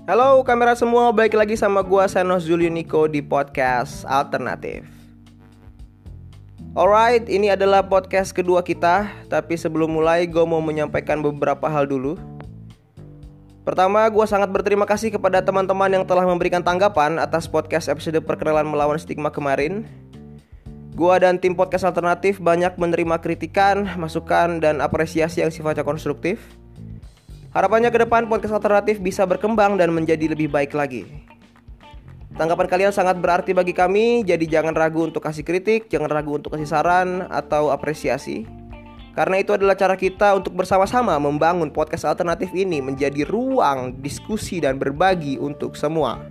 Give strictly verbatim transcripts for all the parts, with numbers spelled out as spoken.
Halo kamera semua, balik lagi sama gua Senos Juliuniko di podcast Alternatif. Alright, ini adalah podcast kedua kita. Tapi sebelum mulai, gue mau menyampaikan beberapa hal dulu. Pertama, gue sangat berterima kasih kepada teman-teman yang telah memberikan tanggapan atas podcast episode perkenalan melawan stigma kemarin. Gue dan tim podcast Alternatif banyak menerima kritikan, masukan, dan apresiasi yang sifatnya konstruktif. Harapannya ke depan podcast Alternatif bisa berkembang dan menjadi lebih baik lagi. Tanggapan kalian sangat berarti bagi kami, jadi jangan ragu untuk kasih kritik, jangan ragu untuk kasih saran atau apresiasi. Karena itu adalah cara kita untuk bersama-sama membangun podcast Alternatif ini menjadi ruang diskusi dan berbagi untuk semua.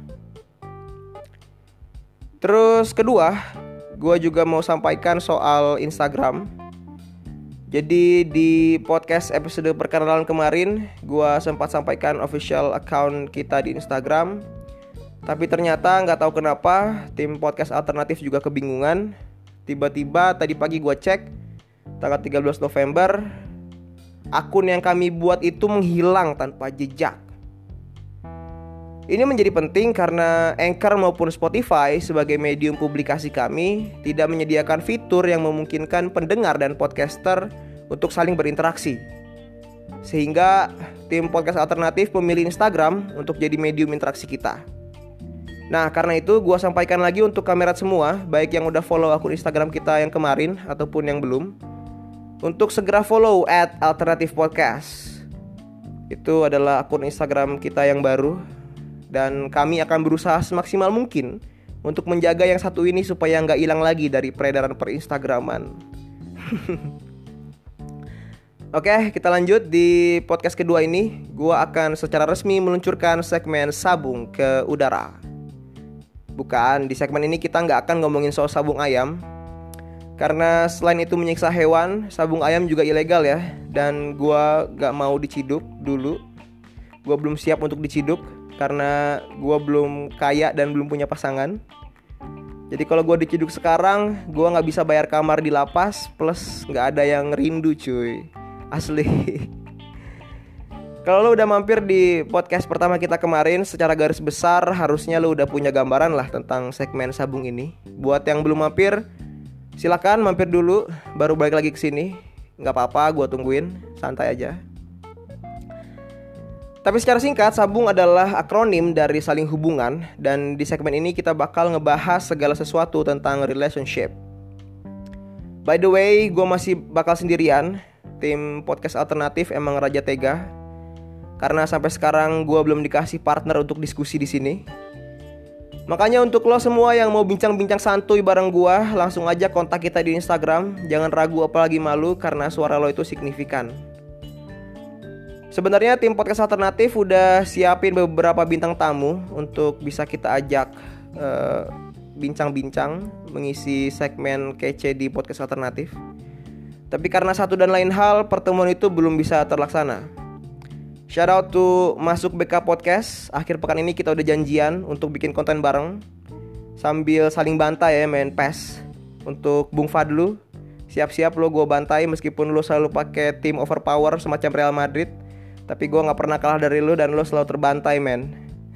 Terus kedua, gue juga mau sampaikan soal Instagram. Jadi di podcast episode perkenalan kemarin, gue sempat sampaikan official account kita di Instagram. Tapi ternyata gak tahu kenapa tim podcast Alternatif juga kebingungan. Tiba-tiba tadi pagi gue cek, tanggal tiga belas November, akun yang kami buat itu menghilang tanpa jejak. Ini menjadi penting karena Anchor maupun Spotify sebagai medium publikasi kami tidak menyediakan fitur yang memungkinkan pendengar dan podcaster untuk saling berinteraksi. Sehingga tim podcast Alternatif memilih Instagram untuk jadi medium interaksi kita. Nah, karena itu gue sampaikan lagi untuk kamerat semua, baik yang udah follow akun Instagram kita yang kemarin ataupun yang belum, untuk segera follow at Alternatif Podcast. Itu adalah akun Instagram kita yang baru. Dan kami akan berusaha semaksimal mungkin untuk menjaga yang satu ini supaya nggak hilang lagi dari peredaran per Instagraman. Oke, kita lanjut di podcast kedua ini. Gua akan secara resmi meluncurkan segmen sabung ke udara. Bukan, di segmen ini kita nggak akan ngomongin soal sabung ayam. Karena selain itu menyiksa hewan, sabung ayam juga ilegal ya. Dan gua nggak mau diciduk dulu. Gua belum siap untuk diciduk karena gue belum kaya dan belum punya pasangan. Jadi kalau gue diciduk sekarang, gue gak bisa bayar kamar di lapas, plus gak ada yang rindu cuy. Asli. Kalau lo udah mampir di podcast pertama kita kemarin, secara garis besar harusnya lo udah punya gambaran lah tentang segmen sabung ini. Buat yang belum mampir, silakan mampir dulu, baru balik lagi ke sini. Gak apa-apa, gue tungguin, santai aja. Tapi secara singkat, sabung adalah akronim dari saling hubungan. Dan di segmen ini kita bakal ngebahas segala sesuatu tentang relationship. By the way, gue masih bakal sendirian. Tim podcast Alternatif emang raja tega. Karena sampai sekarang gue belum dikasih partner untuk diskusi di sini. Makanya untuk lo semua yang mau bincang-bincang santuy bareng gue, langsung aja kontak kita di Instagram. Jangan ragu apalagi malu karena suara lo itu signifikan. Sebenarnya tim podcast Alternatif udah siapin beberapa bintang tamu untuk bisa kita ajak uh, bincang-bincang mengisi segmen kece di podcast Alternatif. Tapi karena satu dan lain hal, pertemuan itu belum bisa terlaksana. Shout out to Masuk B K Podcast. Akhir pekan ini kita udah janjian untuk bikin konten bareng sambil saling bantai ya main P E S. Untuk Bung Fadlu, siap-siap lo gue bantai meskipun lo selalu pakai tim overpower semacam Real Madrid. Tapi gue gak pernah kalah dari lu dan lu selalu terbantai men.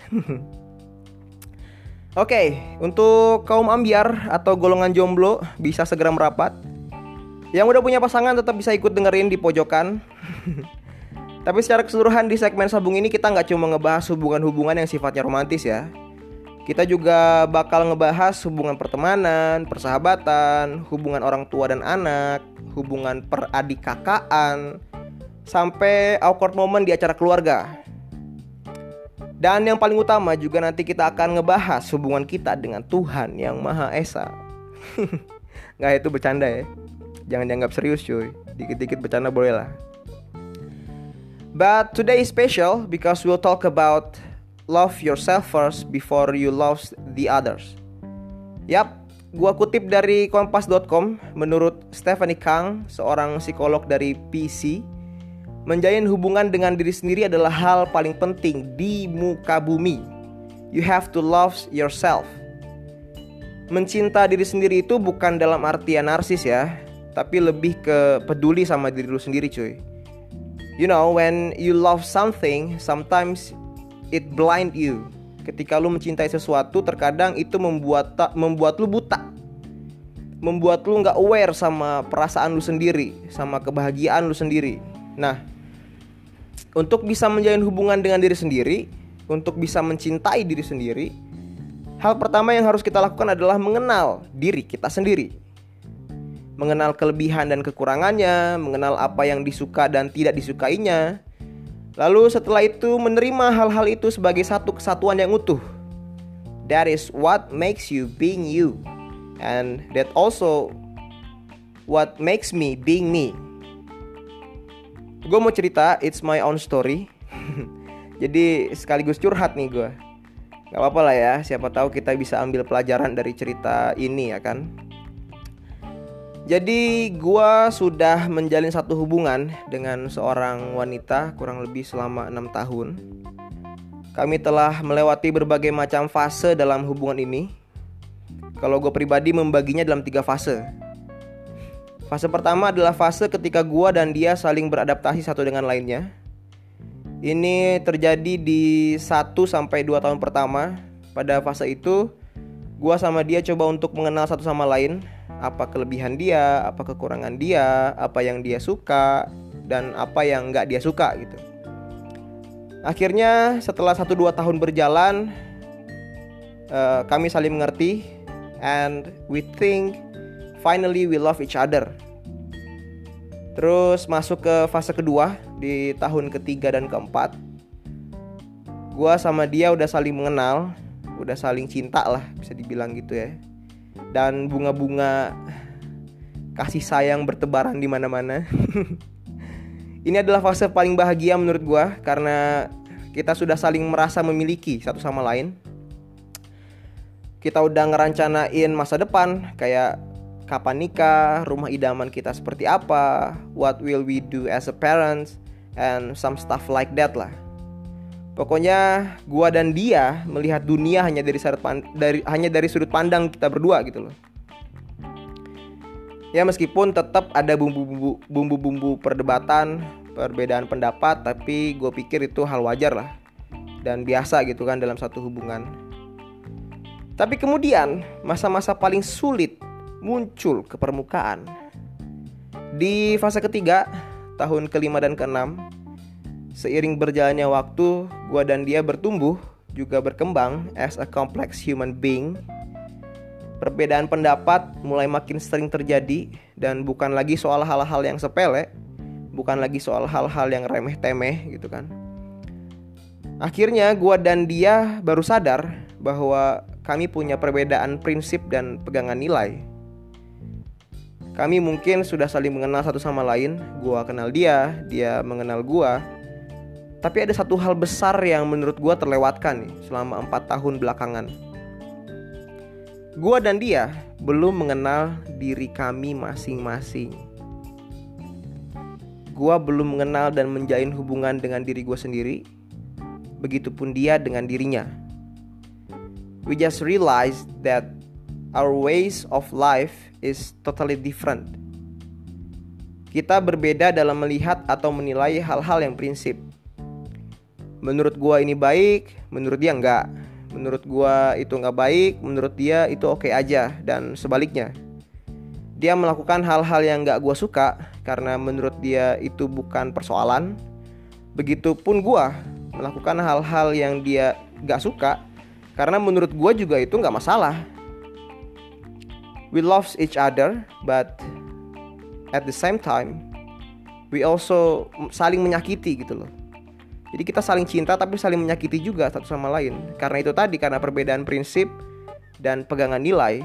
Oke, okay, untuk kaum ambiar atau golongan jomblo bisa segera merapat. Yang udah punya pasangan tetap bisa ikut dengerin di pojokan. Tapi secara keseluruhan di segmen sabung ini kita gak cuma ngebahas hubungan-hubungan yang sifatnya romantis ya. Kita juga bakal ngebahas hubungan pertemanan, persahabatan, hubungan orang tua dan anak, hubungan peradik kakaan, sampai awkward moment di acara keluarga. Dan yang paling utama juga nanti kita akan ngebahas hubungan kita dengan Tuhan yang Maha Esa. Nggak, itu bercanda ya. Jangan dianggap serius cuy. Dikit-dikit bercanda boleh lah. But today is special because we'll talk about love yourself first before you love the others. Yap, gua kutip dari kompas dot com. Menurut Stephanie Kang, seorang psikolog dari P C, menjalin hubungan dengan diri sendiri adalah hal paling penting di muka bumi. You have to love yourself. Mencinta diri sendiri itu bukan dalam artian narsis ya, tapi lebih ke peduli sama diri lu sendiri cuy. You know, when you love something, sometimes it blind you. Ketika lu mencintai sesuatu, terkadang itu membuat ta- membuat lu buta, membuat lu nggak aware sama perasaan lu sendiri, sama kebahagiaan lu sendiri. Nah, untuk bisa menjalin hubungan dengan diri sendiri, untuk bisa mencintai diri sendiri, hal pertama yang harus kita lakukan adalah mengenal diri kita sendiri. Mengenal kelebihan dan kekurangannya, mengenal apa yang disuka dan tidak disukainya. Lalu setelah itu menerima hal-hal itu sebagai satu kesatuan yang utuh. That is what makes you being you. And that also what makes me being me. Gue mau cerita, it's my own story. Jadi sekaligus curhat nih gue. Gak apa-apa lah ya, siapa tahu kita bisa ambil pelajaran dari cerita ini ya kan. Jadi gue sudah menjalin satu hubungan dengan seorang wanita kurang lebih selama enam tahun. Kami telah melewati berbagai macam fase dalam hubungan ini. Kalau gue pribadi membaginya dalam tiga fase. Fase pertama adalah fase ketika gue dan dia saling beradaptasi satu dengan lainnya. Ini terjadi di satu sampai dua tahun pertama. Pada fase itu gue sama dia coba untuk mengenal satu sama lain. Apa kelebihan dia, apa kekurangan dia, apa yang dia suka, dan apa yang gak dia suka gitu. Akhirnya setelah satu dua tahun berjalan, uh, kami saling mengerti. And we think finally we love each other. Terus masuk ke fase kedua di tahun ketiga dan keempat. Gua sama dia udah saling mengenal, udah saling cinta lah bisa dibilang gitu ya. Dan bunga-bunga kasih sayang bertebaran di mana-mana. Ini adalah fase paling bahagia menurut gua karena kita sudah saling merasa memiliki satu sama lain. Kita udah ngerancanain masa depan, kayak kapan nikah, rumah idaman kita seperti apa, what will we do as a parents, and some stuff like that lah. Pokoknya gua dan dia melihat dunia hanya dari sudut pand- dari hanya dari sudut pandang kita berdua gitu loh. Ya meskipun tetap ada bumbu-bumbu bumbu-bumbu perdebatan, perbedaan pendapat, tapi gue pikir itu hal wajar lah dan biasa gitu kan dalam satu hubungan. Tapi kemudian masa-masa paling sulit muncul ke permukaan. Di fase ketiga, tahun kelima dan keenam, seiring berjalannya waktu, gua dan dia bertumbuh, juga berkembang as a complex human being. Perbedaan pendapat mulai makin sering terjadi dan bukan lagi soal hal-hal yang sepele, bukan lagi soal hal-hal yang remeh-temeh gitu kan. Akhirnya gua dan dia baru sadar bahwa kami punya perbedaan prinsip dan pegangan nilai. Kami mungkin sudah saling mengenal satu sama lain, gua kenal dia, dia mengenal gua. Tapi ada satu hal besar yang menurut gua terlewatkan nih selama empat tahun belakangan. Gua dan dia belum mengenal diri kami masing-masing. Gua belum mengenal dan menjalin hubungan dengan diri gua sendiri. Begitupun dia dengan dirinya. We just realized that our ways of life is totally different. Kita berbeda dalam melihat atau menilai hal-hal yang prinsip. Menurut gua ini baik, menurut dia enggak. Menurut gua itu enggak baik, menurut dia itu oke aja, dan sebaliknya. Dia melakukan hal-hal yang enggak gua suka karena menurut dia itu bukan persoalan. Begitupun gua melakukan hal-hal yang dia enggak suka karena menurut gua juga itu enggak masalah. We love each other, but at the same time we also saling menyakiti gitu loh. Jadi kita saling cinta tapi saling menyakiti juga satu sama lain. Karena itu tadi, karena perbedaan prinsip dan pegangan nilai.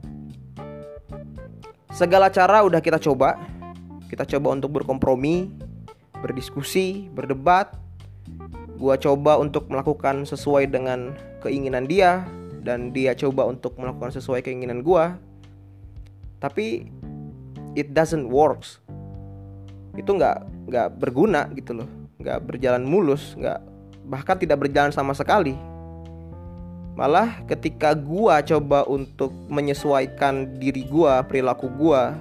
Segala cara udah kita coba. Kita coba untuk berkompromi, berdiskusi, berdebat. Gua coba untuk melakukan sesuai dengan keinginan dia, dan dia coba untuk melakukan sesuai keinginan gua. Tapi it doesn't works. Itu gak, gak berguna gitu loh. Gak berjalan mulus, gak, bahkan tidak berjalan sama sekali. Malah ketika gua coba untuk menyesuaikan diri gua, perilaku gua,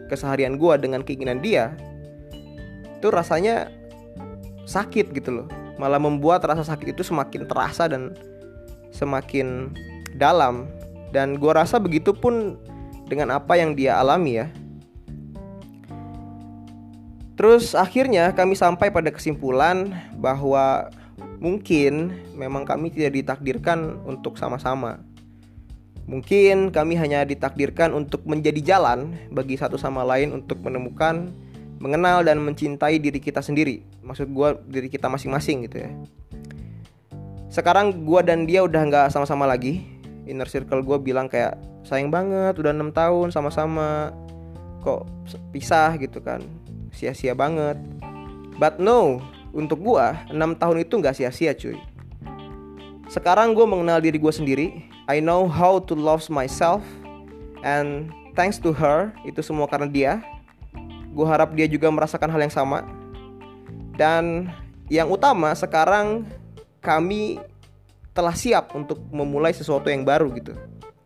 keseharian gua dengan keinginan dia, itu rasanya sakit gitu loh. malah membuat rasa sakit itu semakin terasa dan semakin dalam. Dan gue rasa begitu pun dengan apa yang dia alami ya. Terus akhirnya kami sampai pada kesimpulan bahwa mungkin memang kami tidak ditakdirkan untuk sama-sama. Mungkin kami hanya ditakdirkan untuk menjadi jalan bagi satu sama lain untuk menemukan, mengenal dan mencintai diri kita sendiri. Maksud gue diri kita masing-masing gitu ya. Sekarang gue dan dia udah gak sama-sama lagi. Inner circle gue bilang kayak, sayang banget udah enam tahun sama-sama, kok pisah gitu kan, sia-sia banget. But no, untuk gue enam tahun itu gak sia-sia cuy. Sekarang gue mengenal diri gue sendiri. I know how to love myself. And thanks to her, itu semua karena dia. Gue harap dia juga merasakan hal yang sama. Dan yang utama sekarang kami telah siap untuk memulai sesuatu yang baru gitu.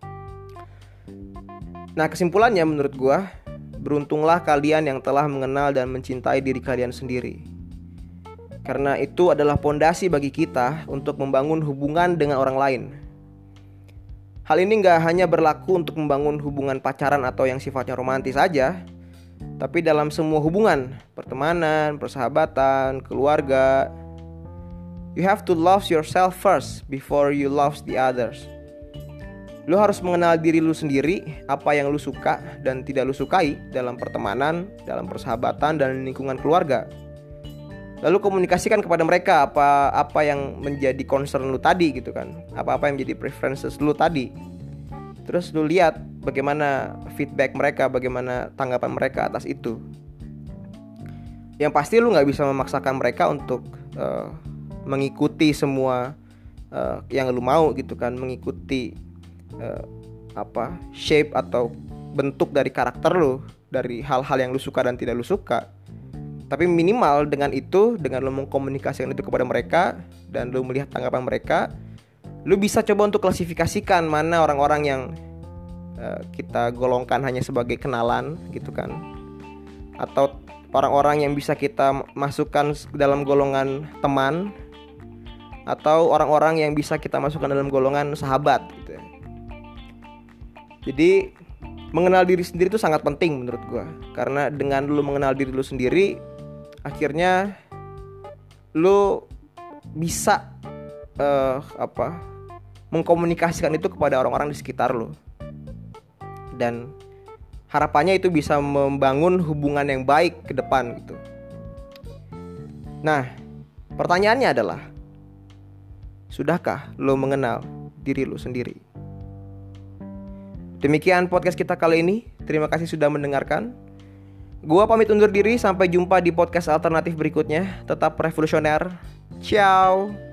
Nah, kesimpulannya menurut gue, beruntunglah kalian yang telah mengenal dan mencintai diri kalian sendiri. Karena itu adalah pondasi bagi kita untuk membangun hubungan dengan orang lain. Hal ini gak hanya berlaku untuk membangun hubungan pacaran atau yang sifatnya romantis saja, tapi dalam semua hubungan, pertemanan, persahabatan, keluarga. You have to love yourself first before you love the others. Lu harus mengenal diri lu sendiri, apa yang lu suka dan tidak lu sukai dalam pertemanan, dalam persahabatan, dan lingkungan keluarga. Lalu komunikasikan kepada mereka apa apa yang menjadi concern lu tadi gitu kan. Apa-apa yang menjadi preferences lu tadi. Terus lu lihat bagaimana feedback mereka, bagaimana tanggapan mereka atas itu. Yang pasti lu gak bisa memaksakan mereka untuk uh, mengikuti semua uh, yang lu mau gitu kan. Mengikuti uh, apa shape atau bentuk dari karakter lu, dari hal-hal yang lu suka dan tidak lu suka. Tapi minimal dengan itu, dengan lo mengkomunikasikan itu kepada mereka dan lo melihat tanggapan mereka, lo bisa coba untuk klasifikasikan mana orang-orang yang uh, kita golongkan hanya sebagai kenalan gitu kan, atau orang-orang yang bisa kita masukkan dalam golongan teman, atau orang-orang yang bisa kita masukkan dalam golongan sahabat gitu ya. Jadi mengenal diri sendiri itu sangat penting menurut gue. Karena dengan lo mengenal diri lo sendiri, akhirnya lu bisa uh, apa mengkomunikasikan itu kepada orang-orang di sekitar lu. Dan harapannya itu bisa membangun hubungan yang baik ke depan gitu. Nah, pertanyaannya adalah, sudahkah lu mengenal diri lu sendiri? Demikian podcast kita kali ini. Terima kasih sudah mendengarkan. Gua pamit undur diri, sampai jumpa di podcast alternatif berikutnya. Tetap revolusioner. Ciao.